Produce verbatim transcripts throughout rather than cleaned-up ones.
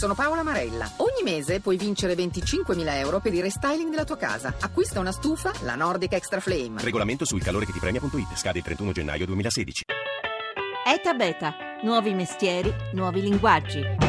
sono Paola Marella. Ogni mese puoi vincere venticinquemila euro per il restyling della tua casa. Acquista una stufa, la Nordic Extra Flame. Regolamento su il calore che ti premia punto it. Scade il trentuno gennaio duemilasedici. ETA Beta. Nuovi mestieri, nuovi linguaggi.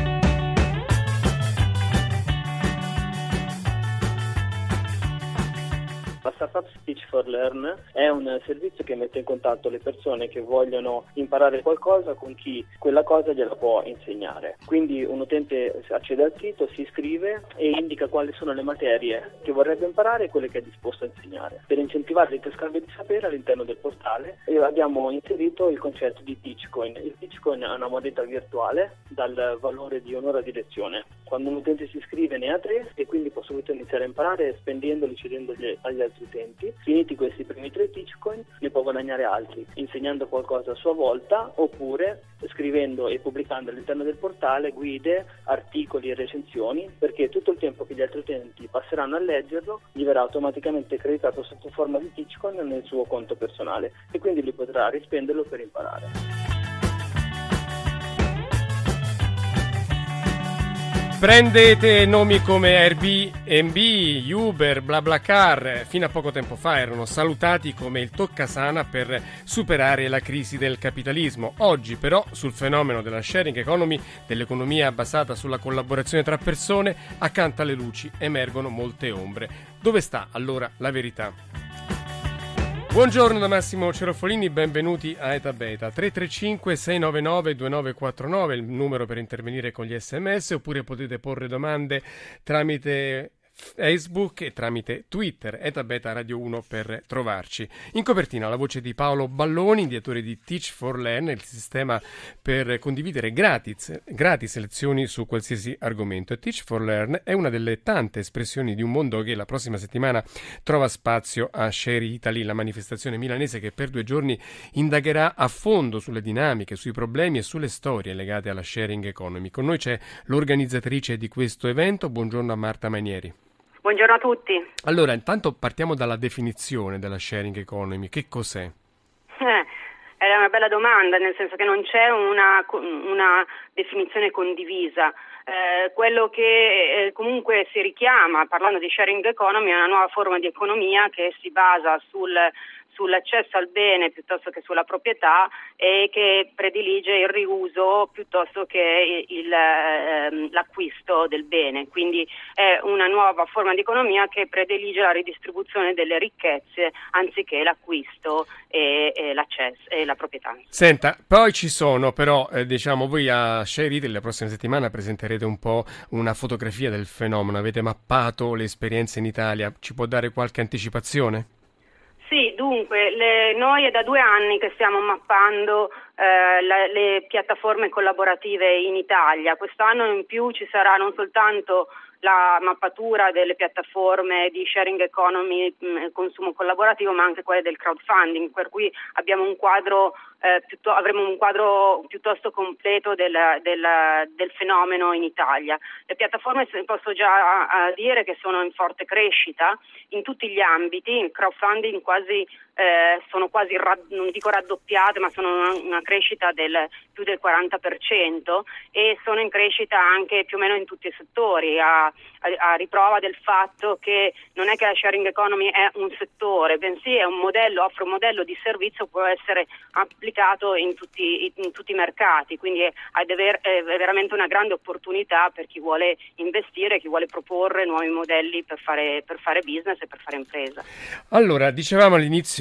La startup Teach for Learn è un servizio che mette in contatto le persone che vogliono imparare qualcosa con chi quella cosa gliela può insegnare. Quindi un utente accede al sito, si iscrive e indica quali sono le materie che vorrebbe imparare e quelle che è disposto a insegnare. Per incentivare il scambio di sapere all'interno del portale abbiamo inserito il concetto di Teachcoin. Il Teachcoin è una moneta virtuale dal valore di un'ora di lezione. Quando un utente si iscrive ne ha tre e quindi può subito iniziare a imparare spendendoli, cedendoli agli altri utenti. Finiti questi primi tre Teachcoin ne può guadagnare altri insegnando qualcosa a sua volta oppure scrivendo e pubblicando all'interno del portale guide, articoli e recensioni, perché tutto il tempo che gli altri utenti passeranno a leggerlo gli verrà automaticamente creditato sotto forma di Teachcoin nel suo conto personale e quindi lui potrà rispenderlo per imparare. Prendete nomi come Airbnb, Uber, BlaBlaCar, fino a poco tempo fa erano salutati come il toccasana per superare la crisi del capitalismo. Oggi però sul fenomeno della sharing economy, dell'economia basata sulla collaborazione tra persone, accanto alle luci emergono molte ombre. Dove sta allora la verità? Buongiorno da Massimo Cerofolini, benvenuti a ETA Beta. tre tre cinque sei nove nove due nove quattro nove, il numero per intervenire con gli sms, oppure potete porre domande tramite Facebook e tramite Twitter, ETA Beta Radio uno per trovarci. In copertina la voce di Paolo Balloni, direttore di Teach for Learn, il sistema per condividere gratis, gratis lezioni su qualsiasi argomento. E Teach for Learn è una delle tante espressioni di un mondo che la prossima settimana trova spazio a Share Italy, la manifestazione milanese che per due giorni indagherà a fondo sulle dinamiche, sui problemi e sulle storie legate alla sharing economy. Con noi c'è l'organizzatrice di questo evento. Buongiorno a Marta Manieri. Buongiorno a tutti. Allora, intanto partiamo dalla definizione della sharing economy. Che cos'è? Eh, è una bella domanda, nel senso che non c'è una, una definizione condivisa. Eh, quello che eh, comunque si richiama, parlando di sharing economy, è una nuova forma di economia che si basa sul sull'accesso al bene piuttosto che sulla proprietà e che predilige il riuso piuttosto che il, ehm, l'acquisto del bene. Quindi è una nuova forma di economia che predilige la ridistribuzione delle ricchezze anziché l'acquisto e, e l'accesso e la proprietà. Senta, poi ci sono però, eh, diciamo, voi a Share Italy la prossima settimana presenterete un po' una fotografia del fenomeno, avete mappato le esperienze in Italia, ci può dare qualche anticipazione? Sì, dunque, le, noi è da due anni che stiamo mappando eh, la, le piattaforme collaborative in Italia. Quest'anno in più ci sarà non soltanto la mappatura delle piattaforme di sharing economy e consumo collaborativo, ma anche quelle del crowdfunding, per cui abbiamo un quadro eh, piuttosto, avremo un quadro piuttosto completo del, del, del fenomeno in Italia. Le piattaforme posso già a, a dire che sono in forte crescita in tutti gli ambiti, il crowdfunding quasi eh, sono quasi rad, non dico raddoppiate, ma sono una, una crescita del più del quaranta per cento e sono in crescita anche più o meno in tutti i settori, a, a, a riprova del fatto che non è che la sharing economy è un settore, bensì è un modello, offre un modello di servizio che può essere applicato in tutti, in tutti i mercati, quindi è, è veramente una grande opportunità per chi vuole investire, chi vuole proporre nuovi modelli per fare, per fare business e per fare impresa. Allora, dicevamo all'inizio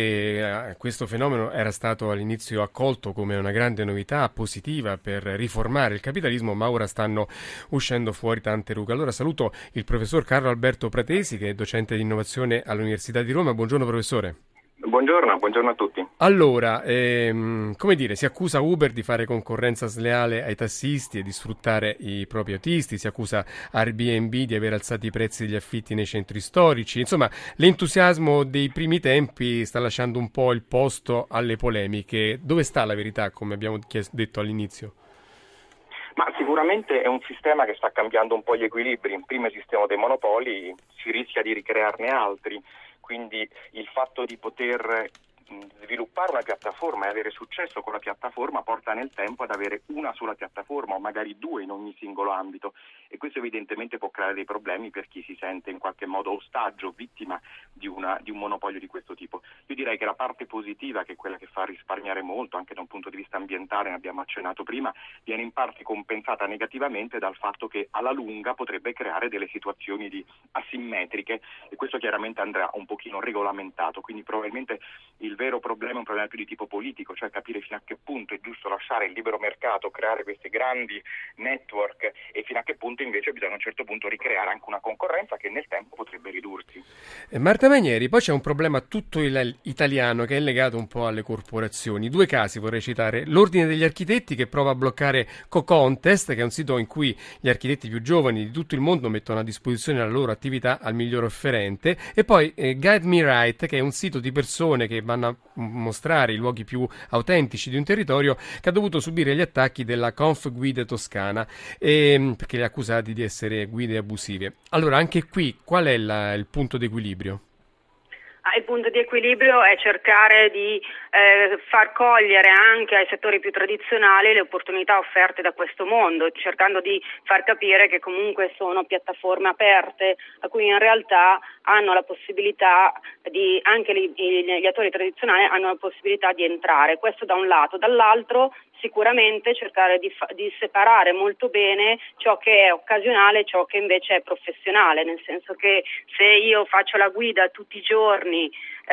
che eh, questo fenomeno era stato all'inizio accolto come una grande novità positiva per riformare il capitalismo, ma ora stanno uscendo fuori tante rughe. Allora saluto il professor Carlo Alberto Pratesi, che è docente di innovazione all'Università di Roma. Buongiorno professore. Buongiorno, buongiorno a tutti. Allora, ehm, come dire, si accusa Uber di fare concorrenza sleale ai tassisti e di sfruttare i propri autisti, si accusa Airbnb di aver alzato i prezzi degli affitti nei centri storici. Insomma, l'entusiasmo dei primi tempi sta lasciando un po' il posto alle polemiche. Dove sta la verità, come abbiamo chies- detto all'inizio? Ma sicuramente è un sistema che sta cambiando un po' gli equilibri. Prima esistevano dei monopoli, si rischia di ricrearne altri. Quindi il fatto di poter sviluppare una piattaforma e avere successo con la piattaforma porta nel tempo ad avere una sola piattaforma o magari due in ogni singolo ambito, e questo evidentemente può creare dei problemi per chi si sente in qualche modo ostaggio, vittima di, una, di un monopolio di questo tipo. Io direi che la parte positiva, che è quella che fa risparmiare molto anche da un punto di vista ambientale, ne abbiamo accennato prima, viene in parte compensata negativamente dal fatto che alla lunga potrebbe creare delle situazioni di asimmetriche, e questo chiaramente andrà un pochino regolamentato, quindi probabilmente il vero problema è un problema più di tipo politico, cioè capire fino a che punto è giusto lasciare il libero mercato, creare questi grandi network, e fino a che punto invece bisogna a un certo punto ricreare anche una concorrenza che nel tempo potrebbe ridursi. Eh, Marta Manieri, poi c'è un problema tutto il- italiano che è legato un po' alle corporazioni. Due casi vorrei citare: l'Ordine degli Architetti, che prova a bloccare Co-Contest, che è un sito in cui gli architetti più giovani di tutto il mondo mettono a disposizione la loro attività al miglior offerente, e poi eh, Guide Me Right, che è un sito di persone che vanno a mostrare i luoghi più autentici di un territorio, che ha dovuto subire gli attacchi della Conf Guide Toscana, ehm, perché li ha accusati di essere guide abusive. Allora, anche qui qual è la- il punto d'equilibrio? Ah, il punto di equilibrio è cercare di eh, far cogliere anche ai settori più tradizionali le opportunità offerte da questo mondo, cercando di far capire che comunque sono piattaforme aperte a cui in realtà hanno la possibilità di, anche gli, gli attori tradizionali hanno la possibilità di entrare. Questo da un lato. Dall'altro sicuramente cercare di, fa- di separare molto bene ciò che è occasionale e ciò che invece è professionale, nel senso che se io faccio la guida tutti i giorni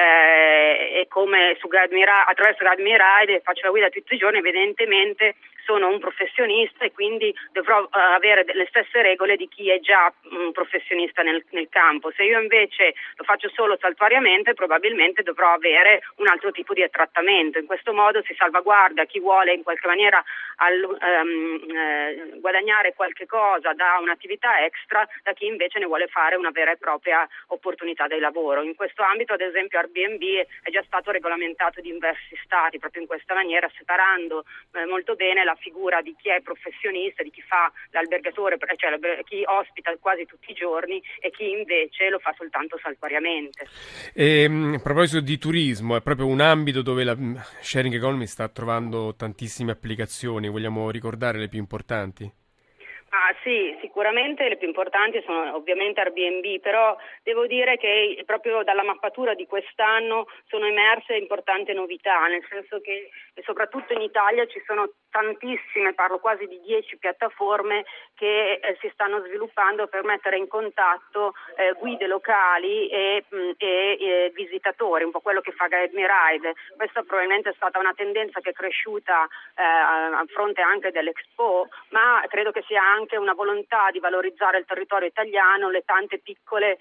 eh, e come su Guide Me Ride, attraverso Guide Me Ride faccio la guida tutti i giorni, evidentemente sono un professionista e quindi dovrò uh, avere le stesse regole di chi è già un professionista nel, nel campo. Se io invece lo faccio solo saltuariamente, probabilmente dovrò avere un altro tipo di trattamento. In questo modo si salvaguarda chi vuole in qualche maniera al, um, eh, guadagnare qualche cosa da un'attività extra, da chi invece ne vuole fare una vera e propria opportunità di lavoro. In questo ambito, ad esempio, Airbnb è già stato regolamentato in diversi stati proprio in questa maniera, separando eh, molto bene la figura di chi è professionista, di chi fa l'albergatore, cioè chi ospita quasi tutti i giorni, e chi invece lo fa soltanto saltuariamente. E, a proposito di turismo, è proprio un ambito dove la sharing economy sta trovando tantissime applicazioni. Vogliamo ricordare le più importanti? Ah sì, sicuramente le più importanti sono ovviamente Airbnb, però devo dire che proprio dalla mappatura di quest'anno sono emerse importanti novità, nel senso che soprattutto in Italia ci sono tantissime, parlo quasi di dieci piattaforme che eh, si stanno sviluppando per mettere in contatto eh, guide locali e, mh, e, e visitatori, un po' quello che fa Guide Me Ride. Questa probabilmente è stata una tendenza che è cresciuta eh, a fronte anche dell'Expo, ma credo che sia anche una volontà di valorizzare il territorio italiano, le tante piccole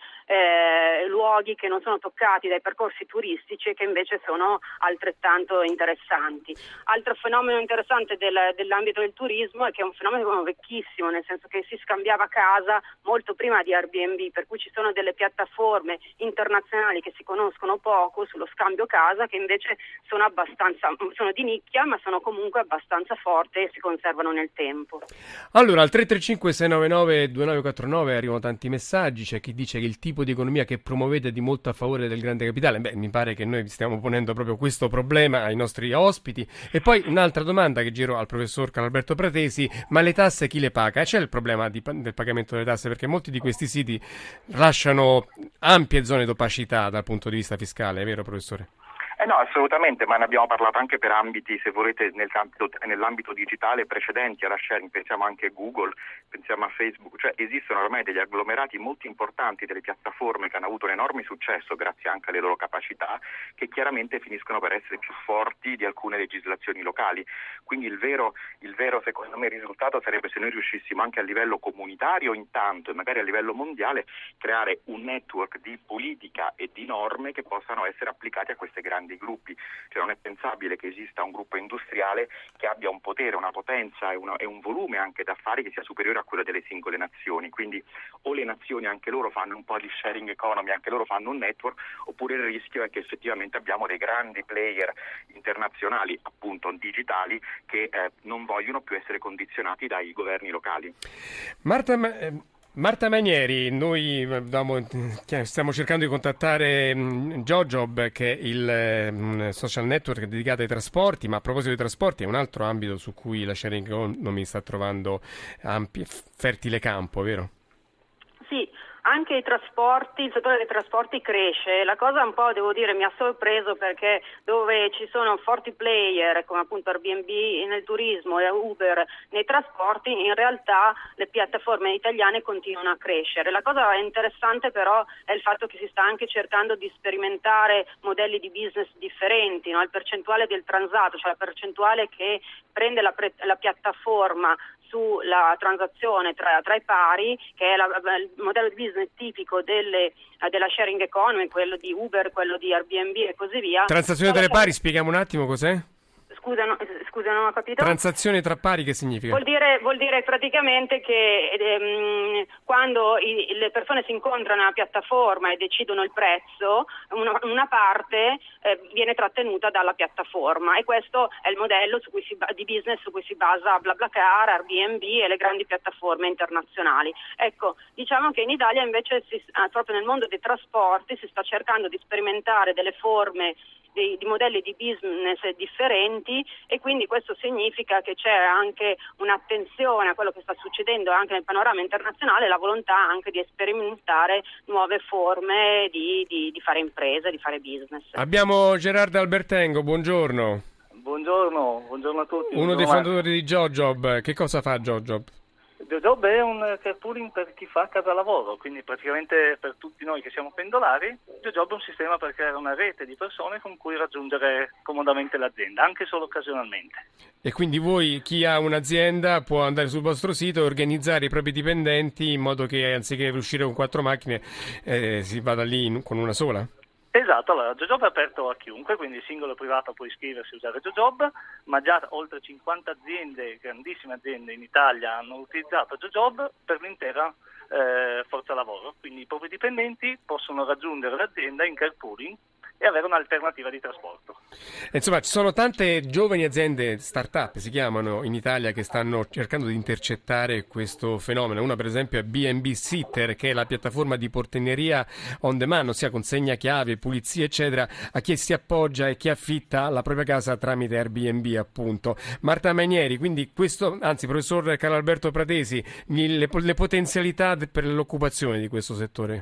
eh, luoghi che non sono toccati dai percorsi turistici e che invece sono altrettanto interessanti. Altro fenomeno interessante del, dell'ambito del turismo è che è un fenomeno vecchissimo, nel senso che si scambiava casa molto prima di Airbnb, per cui ci sono delle piattaforme internazionali che si conoscono poco sullo scambio casa, che invece sono abbastanza sono di nicchia, ma sono comunque abbastanza forti e si conservano nel tempo. Allora, al tre tre cinque sei nove nove due nove quattro nove arrivano tanti messaggi. C'è chi dice che il tipo di economia che promuovete è di molto a favore del grande capitale. Beh, mi pare che noi stiamo ponendo proprio questo problema ai nostri ospiti. E poi un'altra domanda che giro al professor Carlalberto Pratesi: ma le tasse chi le paga? C'è il problema di, del pagamento delle tasse, perché molti di questi siti lasciano ampie zone d'opacità dal punto di vista fiscale, è vero professore? Eh no, assolutamente, ma ne abbiamo parlato anche per ambiti, se volete, nell'ambito, nell'ambito digitale precedenti alla sharing, pensiamo anche a Google, pensiamo a Facebook, cioè esistono ormai degli agglomerati molto importanti, delle piattaforme che hanno avuto un enorme successo grazie anche alle loro capacità, che chiaramente finiscono per essere più forti di alcune legislazioni locali. Quindi il vero, il vero secondo me risultato sarebbe se noi riuscissimo anche a livello comunitario intanto e magari a livello mondiale creare un network di politica e di norme che possano essere applicati a queste grandi gruppi. Cioè non è pensabile che esista un gruppo industriale che abbia un potere, una potenza e, una, e un volume anche d'affari che sia superiore a quello delle singole nazioni. Quindi o le nazioni anche loro fanno un po' di sharing economy, anche loro fanno un network, oppure il rischio è che effettivamente abbiamo dei grandi player internazionali, appunto digitali, che eh, non vogliono più essere condizionati dai governi locali. Marta, ma, eh... Marta Manieri, noi stiamo cercando di contattare JoJob, che è il social network dedicato ai trasporti, ma a proposito dei trasporti è un altro ambito su cui la sharing economy sta trovando ampio, fertile campo, vero? Sì. Anche i trasporti, il settore dei trasporti cresce. La cosa un po', devo dire, mi ha sorpreso, perché dove ci sono forti player come appunto Airbnb nel turismo e Uber nei trasporti, in realtà le piattaforme italiane continuano a crescere. La cosa interessante però è il fatto che si sta anche cercando di sperimentare modelli di business differenti, no? Il percentuale del transato, cioè la percentuale che prende la, pre- la piattaforma sulla transazione tra, tra i pari, che è la, il modello di business tipico delle, della sharing economy, quello di Uber, quello di Airbnb e così via. Transazione tra i pari, spieghiamo un attimo cos'è? Scusa, no, scusa, non ho capito. Transazione tra pari che significa? Vuol dire, vuol dire praticamente che ehm, quando i, le persone si incontrano alla piattaforma e decidono il prezzo, una, una parte eh, viene trattenuta dalla piattaforma, e questo è il modello su cui si, di business su cui si basa BlaBlaCar, Airbnb e le grandi piattaforme internazionali. Ecco, diciamo che in Italia invece si, proprio nel mondo dei trasporti si sta cercando di sperimentare delle forme Di, di modelli di business differenti, e quindi questo significa che c'è anche un'attenzione a quello che sta succedendo anche nel panorama internazionale, la volontà anche di sperimentare nuove forme di, di, di fare imprese, di fare business. Abbiamo Gerardo Albertengo, buongiorno. Buongiorno, buongiorno a tutti. Uno dei fondatori di JoJob. Che cosa fa JoJob? JoJob è un carpooling per chi fa casa lavoro, quindi praticamente per tutti noi che siamo pendolari. JoJob è un sistema per creare una rete di persone con cui raggiungere comodamente l'azienda, anche solo occasionalmente. E quindi voi, chi ha un'azienda, può andare sul vostro sito e organizzare i propri dipendenti in modo che anziché uscire con quattro macchine eh, si vada lì in, con una sola? Esatto, allora JoJob è aperto a chiunque, quindi singolo e privato può iscriversi e usare JoJob, ma già oltre cinquanta aziende, grandissime aziende in Italia hanno utilizzato JoJob per l'intera eh, forza lavoro, quindi i propri dipendenti possono raggiungere l'azienda in carpooling e avere un'alternativa di trasporto. Insomma, ci sono tante giovani aziende, start-up si chiamano in Italia, che stanno cercando di intercettare questo fenomeno. Una per esempio è B and B Sitter, che è la piattaforma di portineria on demand, ossia consegna chiavi, pulizie eccetera a chi si appoggia e chi affitta la propria casa tramite Airbnb, appunto. Marta Manieri, quindi questo, anzi professor Carlo Alberto Pratesi, le, le potenzialità per l'occupazione di questo settore?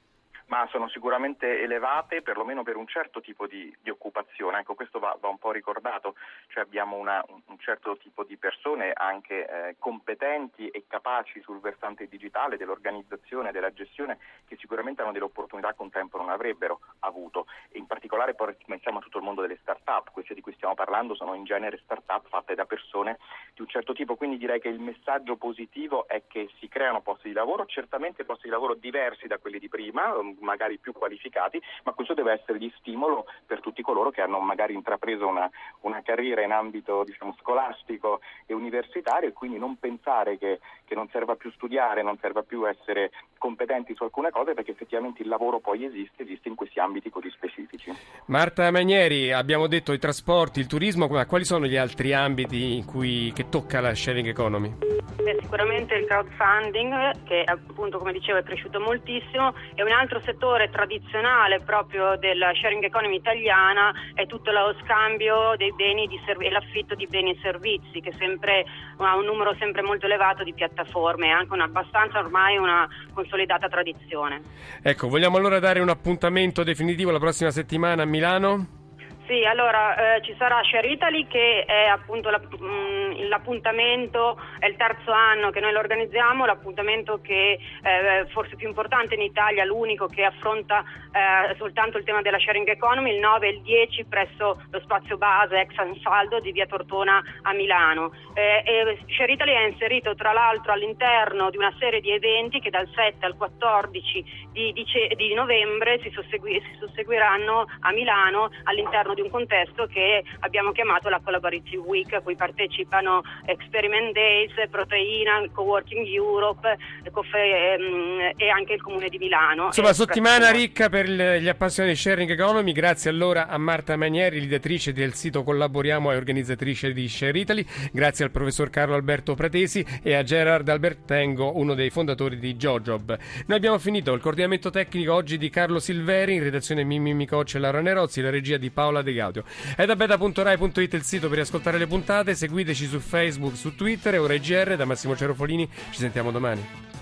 Ma sono sicuramente elevate, perlomeno per un certo tipo di, di occupazione. Ecco, questo va, va un po' ricordato, cioè abbiamo una, un certo tipo di persone anche eh, competenti e capaci sul versante digitale, dell'organizzazione, della gestione, che sicuramente hanno delle opportunità che un tempo non avrebbero avuto. E in particolare poi pensiamo a tutto il mondo delle start-up, queste di cui stiamo parlando sono in genere start-up fatte da persone di un certo tipo, quindi direi che il messaggio positivo è che si creano posti di lavoro, certamente posti di lavoro diversi da quelli di prima, magari più qualificati, ma questo deve essere di stimolo per tutti coloro che hanno magari intrapreso una, una carriera in ambito, diciamo, scolastico e universitario, e quindi non pensare che, che non serva più studiare, non serva più essere competenti su alcune cose, perché effettivamente il lavoro poi esiste, esiste in questi ambiti così specifici. Marta Manieri, abbiamo detto i trasporti, il turismo, ma quali sono gli altri ambiti in cui che tocca la sharing economy? Beh, sicuramente il crowdfunding, che appunto, come dicevo, è cresciuto moltissimo, e un altro settore tradizionale proprio della sharing economy italiana è tutto lo scambio dei beni di serv- e l'affitto di beni e servizi, che sempre ha un numero sempre molto elevato di piattaforme, anche una abbastanza ormai una consolidata tradizione. Ecco, vogliamo allora dare un appuntamento definitivo la prossima settimana a Milano? Sì, allora eh, ci sarà Share Italy, che è appunto la, mh, l'appuntamento, è il terzo anno che noi lo organizziamo, l'appuntamento che è eh, forse più importante in Italia, l'unico che affronta eh, soltanto il tema della sharing economy, il nove e il dieci presso lo spazio base ex Ansaldo di via Tortona a Milano. Eh, e Share Italy è inserito tra l'altro all'interno di una serie di eventi che dal sette al quattordici di, di, di novembre si, sussegui, si susseguiranno a Milano all'interno di un contesto che abbiamo chiamato la Collaborative Week, a cui partecipano partecipano Experiment Days, Proteina, Coworking Europe Cofe, e anche il Comune di Milano. Insomma, settimana ricca per gli appassionati di sharing economy. Grazie allora a Marta Manieri, l'ideatrice del sito Collaboriamo e organizzatrice di Share Italy. Grazie al professor Carlo Alberto Pratesi e a Gerard Albertengo, uno dei fondatori di JoJob. Noi abbiamo finito il coordinamento tecnico oggi di Carlo Silveri, in redazione Mimmi Micocci e Laura Nerozzi, la regia di Paola De Gaudio. Etabeta punto rai punto it il sito per ascoltare le puntate, seguiteci su Facebook, su Twitter. Ora G R da Massimo Cerofolini, ci sentiamo domani.